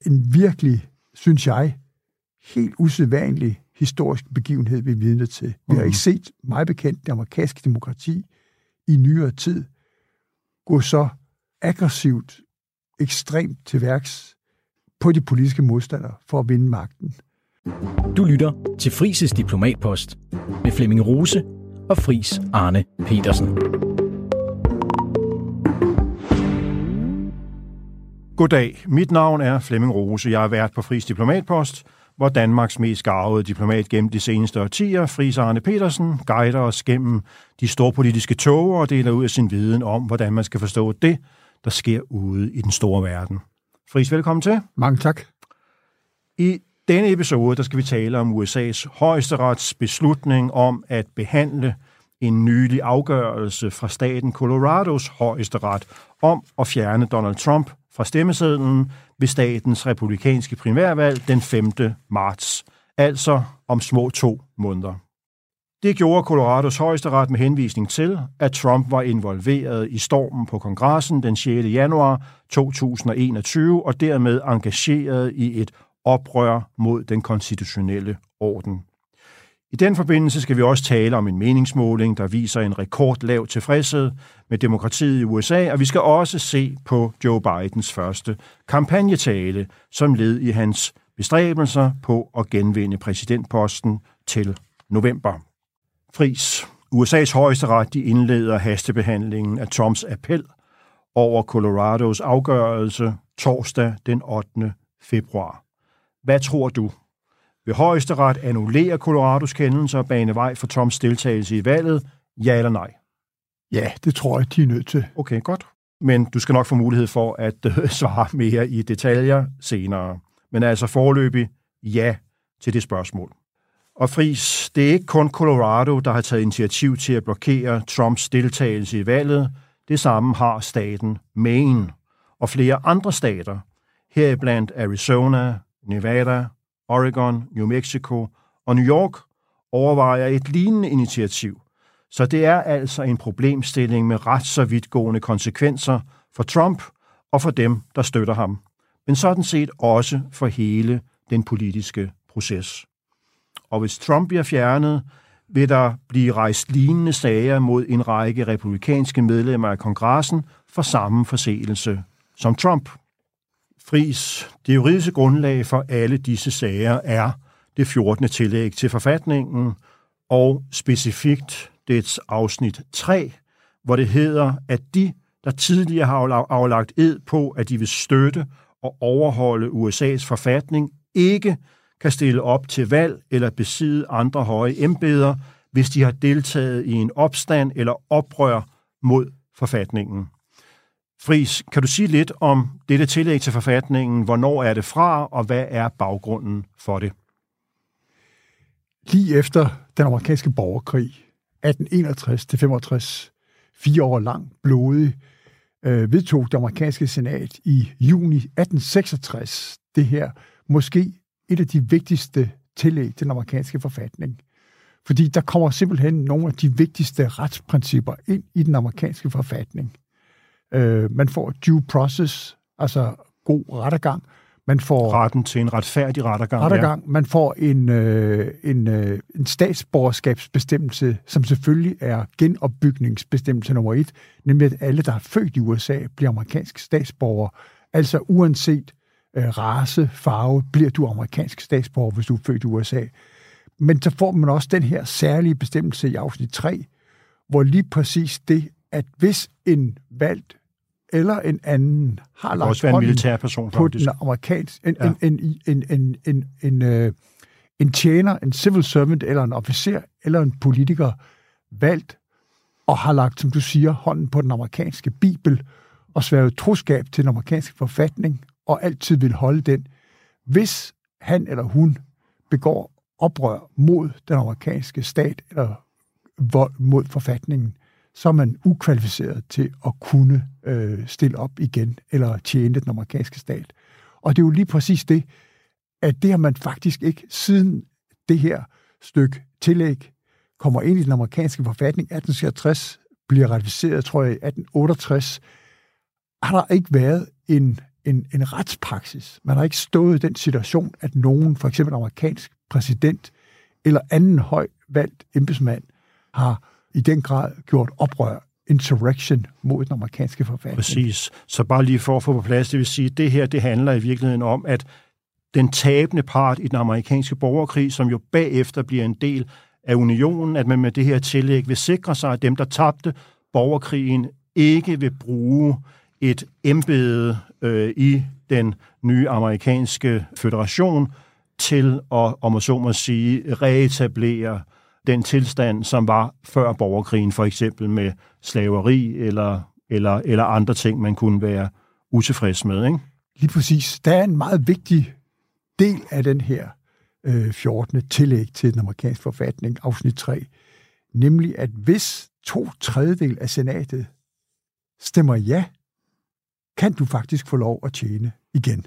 en virkelig, synes jeg, helt usædvanlig historisk begivenhed, vi er vidne til. Vi har ikke set, meget bekendt, det amerikanske demokrati i nyere tid gå så aggressivt, ekstremt til værks på de politiske modstandere for at vinde magten. Du lytter til Friis' Diplomatpost med Flemming Rose og Friis Arne Petersen. Goddag, mit navn er Flemming Rose. Jeg er vært på Friis' Diplomatpost, hvor Danmarks mest garvede diplomat gennem de seneste årtier, Friis Arne Petersen, guider os gennem de store politiske tåger og deler ud af sin viden om, hvordan man skal forstå det, der sker ude i den store verden. Friis, velkommen til. Mange tak. I denne episode, der skal vi tale om USA's højesterets beslutning om at behandle en nylig afgørelse fra staten Colorados højesteret om at fjerne Donald Trump fra stemmesedlen ved statens republikanske primærvalg den 5. marts, altså om små 2 måneder. Det gjorde Colorados højesteret med henvisning til, at Trump var involveret i stormen på kongressen den 6. januar 2021 og dermed engageret i et oprør mod den konstitutionelle orden. I den forbindelse skal vi også tale om en meningsmåling, der viser en rekordlav tilfredshed med demokratiet i USA, og vi skal også se på Joe Bidens første kampagnetale, som led i hans bestræbelser på at genvinde præsidentposten til november. Friis, USA's højesteret, de indleder hastebehandlingen af Trumps appel over Colorados afgørelse torsdag den 8. februar. Hvad tror du? Vil højesteret annullere Colorados kendelse og bane vej for Trumps deltagelse i valget? Ja eller nej? Ja, det tror jeg, de er nødt til. Okay, godt. Men du skal nok få mulighed for at svare mere i detaljer senere. Men altså foreløbig ja til det spørgsmål. Og Friis, det er ikke kun Colorado, der har taget initiativ til at blokere Trumps deltagelse i valget. Det samme har staten Maine og flere andre stater, heriblandt Arizona, Nevada, Oregon, New Mexico og New York, overvejer et lignende initiativ. Så det er altså en problemstilling med ret så vidtgående konsekvenser for Trump og for dem, der støtter ham. Men sådan set også for hele den politiske proces. Og hvis Trump bliver fjernet, vil der blive rejst lignende sager mod en række republikanske medlemmer af kongressen for samme forseelse som Trump. Friis, det juridiske grundlag for alle disse sager er det 14. tillæg til forfatningen, og specifikt dets afsnit 3, hvor det hedder, at de, der tidligere har aflagt ed på, at de vil støtte og overholde USA's forfatning, ikke kan stille op til valg eller besidde andre høje embeder, hvis de har deltaget i en opstand eller oprør mod forfatningen. Friis, kan du sige lidt om dette tillæg til forfatningen? Hvornår er det fra, og hvad er baggrunden for det? Lige efter den amerikanske borgerkrig, 1861-65, 4 år lang, blodig, vedtog det amerikanske senat i juni 1866 det her, måske et af de vigtigste tillæg til den amerikanske forfatning. Fordi der kommer simpelthen nogle af de vigtigste retsprincipper ind i den amerikanske forfatning. Man får due process, altså god rettergang. Man får retten til en retfærdig rettergang. Ja. Man får en statsborgerskabsbestemmelse, som selvfølgelig er genopbygningsbestemmelse nummer 1, nemlig at alle, der er født i USA, bliver amerikansk statsborger. Altså uanset race, farve, bliver du amerikansk statsborger, hvis du er født i USA. Men så får man også den her særlige bestemmelse i afsnit 3, hvor lige præcis det, at hvis en valgt eller en anden har lagt hånden på den amerikanske, en tjener, en civil servant eller en officer eller en politiker valgt og har lagt, som du siger, hånden på den amerikanske bibel og sværget troskab til den amerikanske forfatning og altid vil holde den, hvis han eller hun begår oprør mod den amerikanske stat eller vold mod forfatningen, så er man ukvalificeret til at kunne stille op igen eller tjene den amerikanske stat. Og det er jo lige præcis det, at det har man faktisk ikke, siden det her stykke tillæg kommer ind i den amerikanske forfatning, 1863 bliver ratificeret, tror jeg, i 1868, har der ikke været en en retspraksis. Man har ikke stået i den situation, at nogen, for eksempel amerikansk præsident eller anden høj valgt embedsmand, har i den grad gjort oprør, insurrection mod den amerikanske forfatning. Præcis. Så bare lige for at få på plads, det vil sige, at det her, det handler i virkeligheden om, at den tabende part i den amerikanske borgerkrig, som jo bagefter bliver en del af unionen, at man med det her tillæg vil sikre sig, at dem, der tabte borgerkrigen, ikke vil bruge et embede i den nye amerikanske føderation til at, om man så må sige, reetablere den tilstand, som var før borgerkrigen, for eksempel med slaveri eller andre ting, man kunne være utilfreds med, ikke? Lige præcis. Der er en meget vigtig del af den her 14. tillæg til den amerikanske forfatning, afsnit 3, nemlig at hvis 2/3 af senatet stemmer ja, kan du faktisk få lov at tjene igen.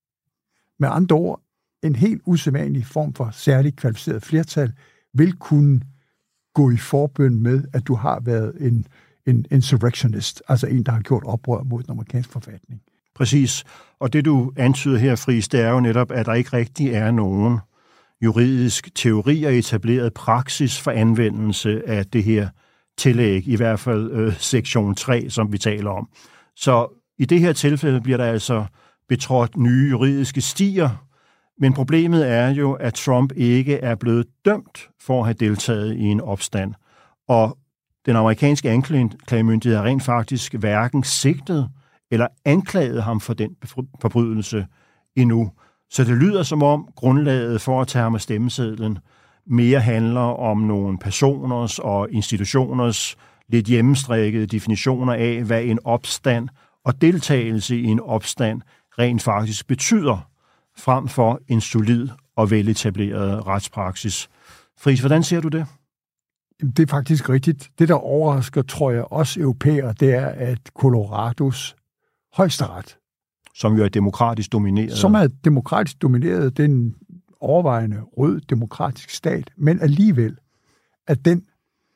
Med andre ord, en helt usædvanlig form for særligt kvalificeret flertal vil kunne gå i forbøn med, at du har været en insurrectionist, altså en, der har gjort oprør mod den amerikanske forfatning. Præcis. Og det, du antyder her, Friis, det er jo netop, at der ikke rigtig er nogen juridisk teori og etableret praksis for anvendelse af det her tillæg, i hvert fald sektion 3, som vi taler om. Så i det her tilfælde bliver der altså betrådt nye juridiske stier, men problemet er jo, at Trump ikke er blevet dømt for at have deltaget i en opstand. Og den amerikanske anklagemyndighed har rent faktisk hverken sigtet eller anklaget ham for den forbrydelse endnu. Så det lyder som om grundlaget for at tage ham af stemmesedlen mere handler om nogle personers og institutioners lidt hjemmestrikkede definitioner af, hvad en opstand og deltagelse i en opstand rent faktisk betyder, frem for en solid og veletableret retspraksis. Friis, hvordan ser du det? Det er faktisk rigtigt. Det, der overrasker, tror jeg, også europæere, det er, at Colorados højesteret, som jo er demokratisk domineret, det er en overvejende rød demokratisk stat, men alligevel, at den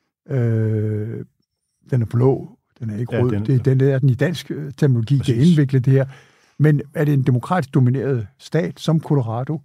er blå, den er ikke rød, den er den i dansk terminologi, det er indviklet det her, men er det en demokratisk domineret stat som Colorado,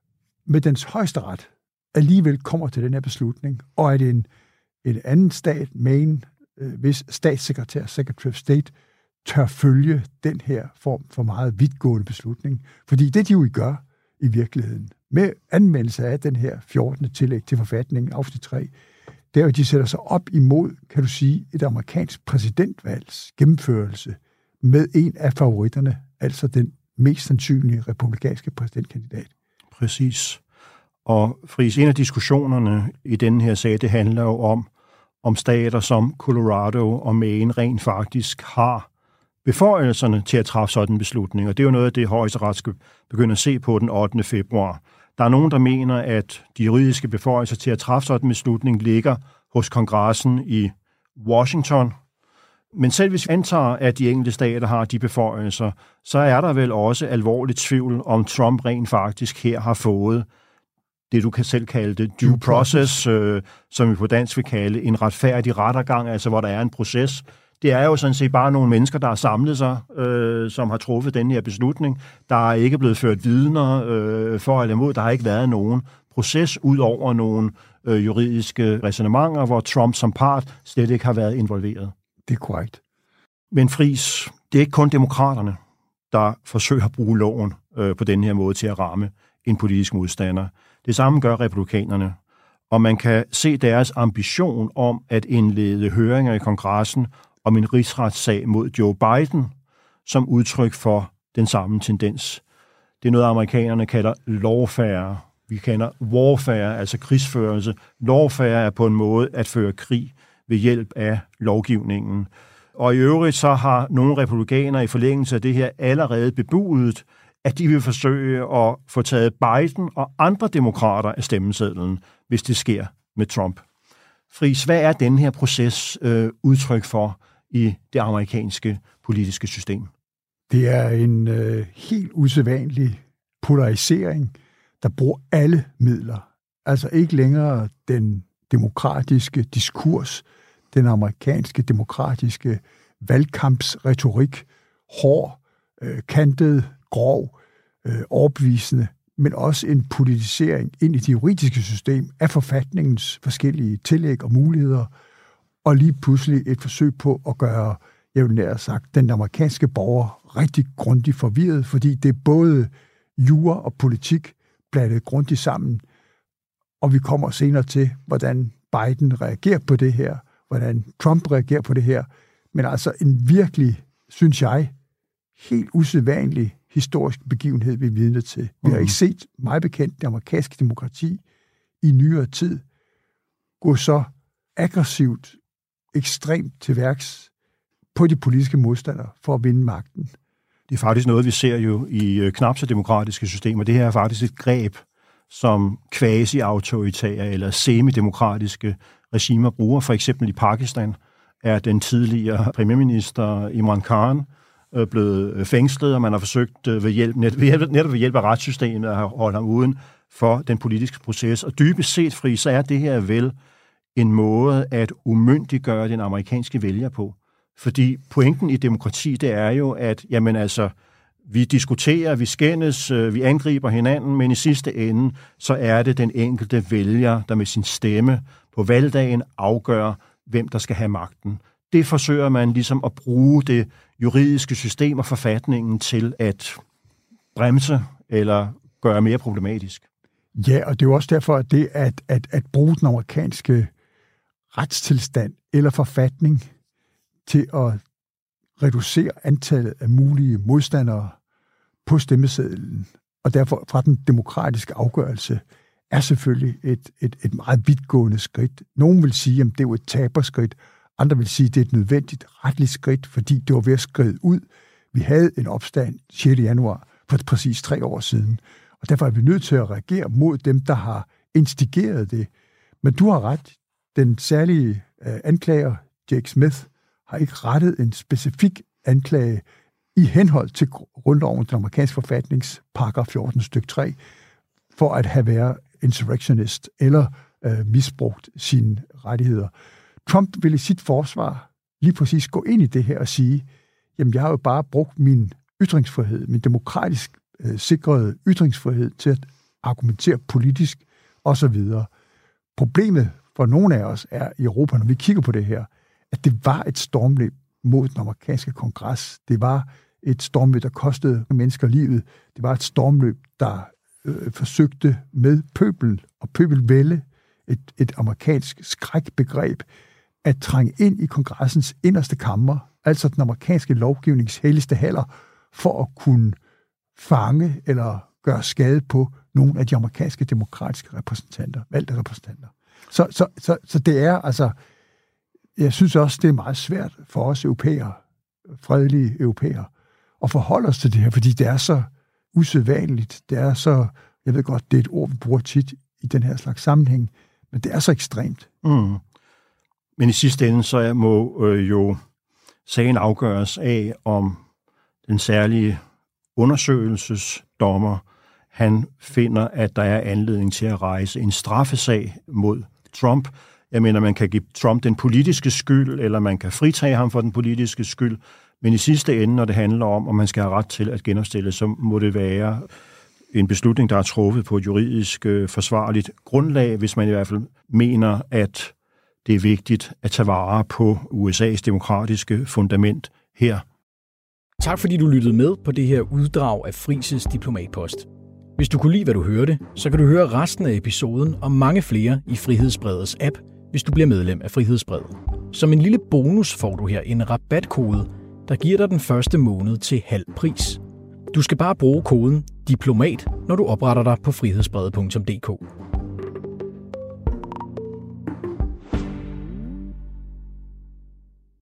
med dens højesteret, alligevel kommer til den her beslutning, og er det en anden stat, Maine, hvis statssekretær, Secretary of State, tør følge den her form for meget vidtgående beslutning. Fordi det, de jo gør i virkeligheden, med anvendelse af den her 14. tillæg til forfatningen, afsnit 3, det er jo, at de sætter sig op imod, kan du sige, et amerikansk præsidentvalgs gennemførelse med en af favoritterne, altså den mest sandsynlige republikanske præsidentkandidat. Præcis. Og Friis, en af diskussionerne i denne her sag, det handler jo om stater som Colorado og Maine rent faktisk har beføjelserne til at træffe sådan en beslutning. Og det er jo noget af det, Højesteret skal begynde at se på den 8. februar. Der er nogen, der mener, at de juridiske beføjelser til at træffe sådan en beslutning ligger hos kongressen i Washington. Men selv hvis vi antager, at de enkelte stater har de beføjelser, så er der vel også alvorligt tvivl, om Trump rent faktisk her har fået det, du kan selv kalde det due process, som vi på dansk vil kalde en retfærdig rettergang, altså hvor der er en proces. Det er jo sådan set bare nogle mennesker, der har samlet sig, som har truffet den her beslutning. Der er ikke blevet ført vidner for eller imod. Der har ikke været nogen proces ud over nogle juridiske ræsonnementer, hvor Trump som part slet ikke har været involveret. Det er korrekt. Men Friis, det er ikke kun demokraterne, der forsøger at bruge loven på den her måde til at ramme en politisk modstander. Det samme gør republikanerne. Og man kan se deres ambition om at indlede høringer i kongressen om en rigsretssag mod Joe Biden som udtryk for den samme tendens. Det er noget, amerikanerne kalder lawfare. Vi kender warfare, altså krigsførelse. Lawfare er på en måde at føre krig ved hjælp af lovgivningen. Og i øvrigt så har nogle republikanere i forlængelse af det her allerede bebudet, at de vil forsøge at få taget Biden og andre demokrater af stemmesedlen, hvis det sker med Trump. Friis, hvad er den her proces udtryk for i det amerikanske politiske system? Det er en helt usædvanlig polarisering, der bruger alle midler. Altså ikke længere den demokratiske diskurs, den amerikanske demokratiske valgkampsretorik, hård, kantet, grov, overbevisende, men også en politisering ind i det juridiske system af forfatningens forskellige tillæg og muligheder, og lige pludselig et forsøg på at gøre, jeg vil nær sagt, den amerikanske borger rigtig grundigt forvirret, fordi det er både jura og politik blandet grundigt sammen, og vi kommer senere til, hvordan Biden reagerer på det her, hvordan Trump reagerer på det her, men altså en virkelig, synes jeg, helt usædvanlig historisk begivenhed, vi er vidne til. Vi har ikke set, meget bekendt, det amerikanske demokrati i nyere tid gå så aggressivt, ekstremt til værks på de politiske modstandere for at vinde magten. Det er faktisk noget, vi ser jo i knap så demokratiske systemer. Det her er faktisk et greb, som quasi-autoritære eller semidemokratiske regimer bruger. For eksempel i Pakistan er den tidligere premierminister Imran Khan blevet fængslet, og man har forsøgt netop ved hjælp af retssystemet at holde ham uden for den politiske proces. Og dybest set, Fri, så er det her vel en måde at umyndiggøre den amerikanske vælger på. Fordi pointen i demokrati, det er jo, at jamen altså, vi diskuterer, vi skændes, vi angriber hinanden, men i sidste ende, så er det den enkelte vælger, der med sin stemme på valgdagen afgør, hvem der skal have magten. Det forsøger man ligesom at bruge det juridiske system og forfatningen til at bremse eller gøre mere problematisk. Ja, og det er jo også derfor, at det at bruge den amerikanske retstilstand eller forfatning til at reducere antallet af mulige modstandere på stemmesedlen, og derfor fra den demokratiske afgørelse, er selvfølgelig et meget vidtgående skridt. Nogen vil sige, at det er jo et taberskridt, andre vil sige, at det er et nødvendigt retligt skridt, fordi det var ved at skride ud. Vi havde en opstand 6. januar for præcis 3 år siden, og derfor er vi nødt til at reagere mod dem, der har instigeret det. Men du har ret. Den særlige anklager, Jake Smith, har ikke rettet en specifik anklage i henhold til grundloven, den amerikanske forfatnings paragraf 14 stykke 3, for at have været insurrectionist eller misbrugt sine rettigheder. Trump vil i sit forsvar lige præcis gå ind i det her og sige, jamen jeg har jo bare brugt min ytringsfrihed, min demokratisk sikrede ytringsfrihed til at argumentere politisk osv. Problemet for nogle af os er i Europa, når vi kigger på det her, at det var et stormløb mod den amerikanske kongres. Det var et stormløb, der kostede mennesker livet. Det var et stormløb, der forsøgte med pøbel og pøbelvælde, et amerikansk skrækbegreb, at trænge ind i kongressens inderste kammer, altså den amerikanske lovgivnings helligste haller, for at kunne fange eller gøre skade på nogle af de amerikanske demokratiske repræsentanter, valgte repræsentanter. Så det er altså, jeg synes også, det er meget svært for os europæere, fredelige europæere, at forholde os til det her, fordi det er så usædvanligt, det er så, jeg ved godt, det er et ord, vi bruger tit i den her slags sammenhæng, men det er så ekstremt. Mm. Men i sidste ende, så må jo sagen afgøres af, om den særlige undersøgelsesdommer, han finder, at der er anledning til at rejse en straffesag mod Trump. Jeg mener, man kan give Trump den politiske skyld, eller man kan fritage ham for den politiske skyld, men i sidste ende, når det handler om man skal have ret til at genopstille, så må det være en beslutning, der er truffet på et juridisk forsvarligt grundlag, hvis man i hvert fald mener, at det er vigtigt at tage vare på USA's demokratiske fundament her. Tak fordi du lyttede med på det her uddrag af Frises Diplomatpost. Hvis du kunne lide, hvad du hørte, så kan du høre resten af episoden og mange flere i Frihedsbredets app, hvis du bliver medlem af Frihedsbredet. Som en lille bonus får du her en rabatkode, der giver dig den første måned til halv pris. Du skal bare bruge koden DIPLOMAT, når du opretter dig på frihedsbredet.dk.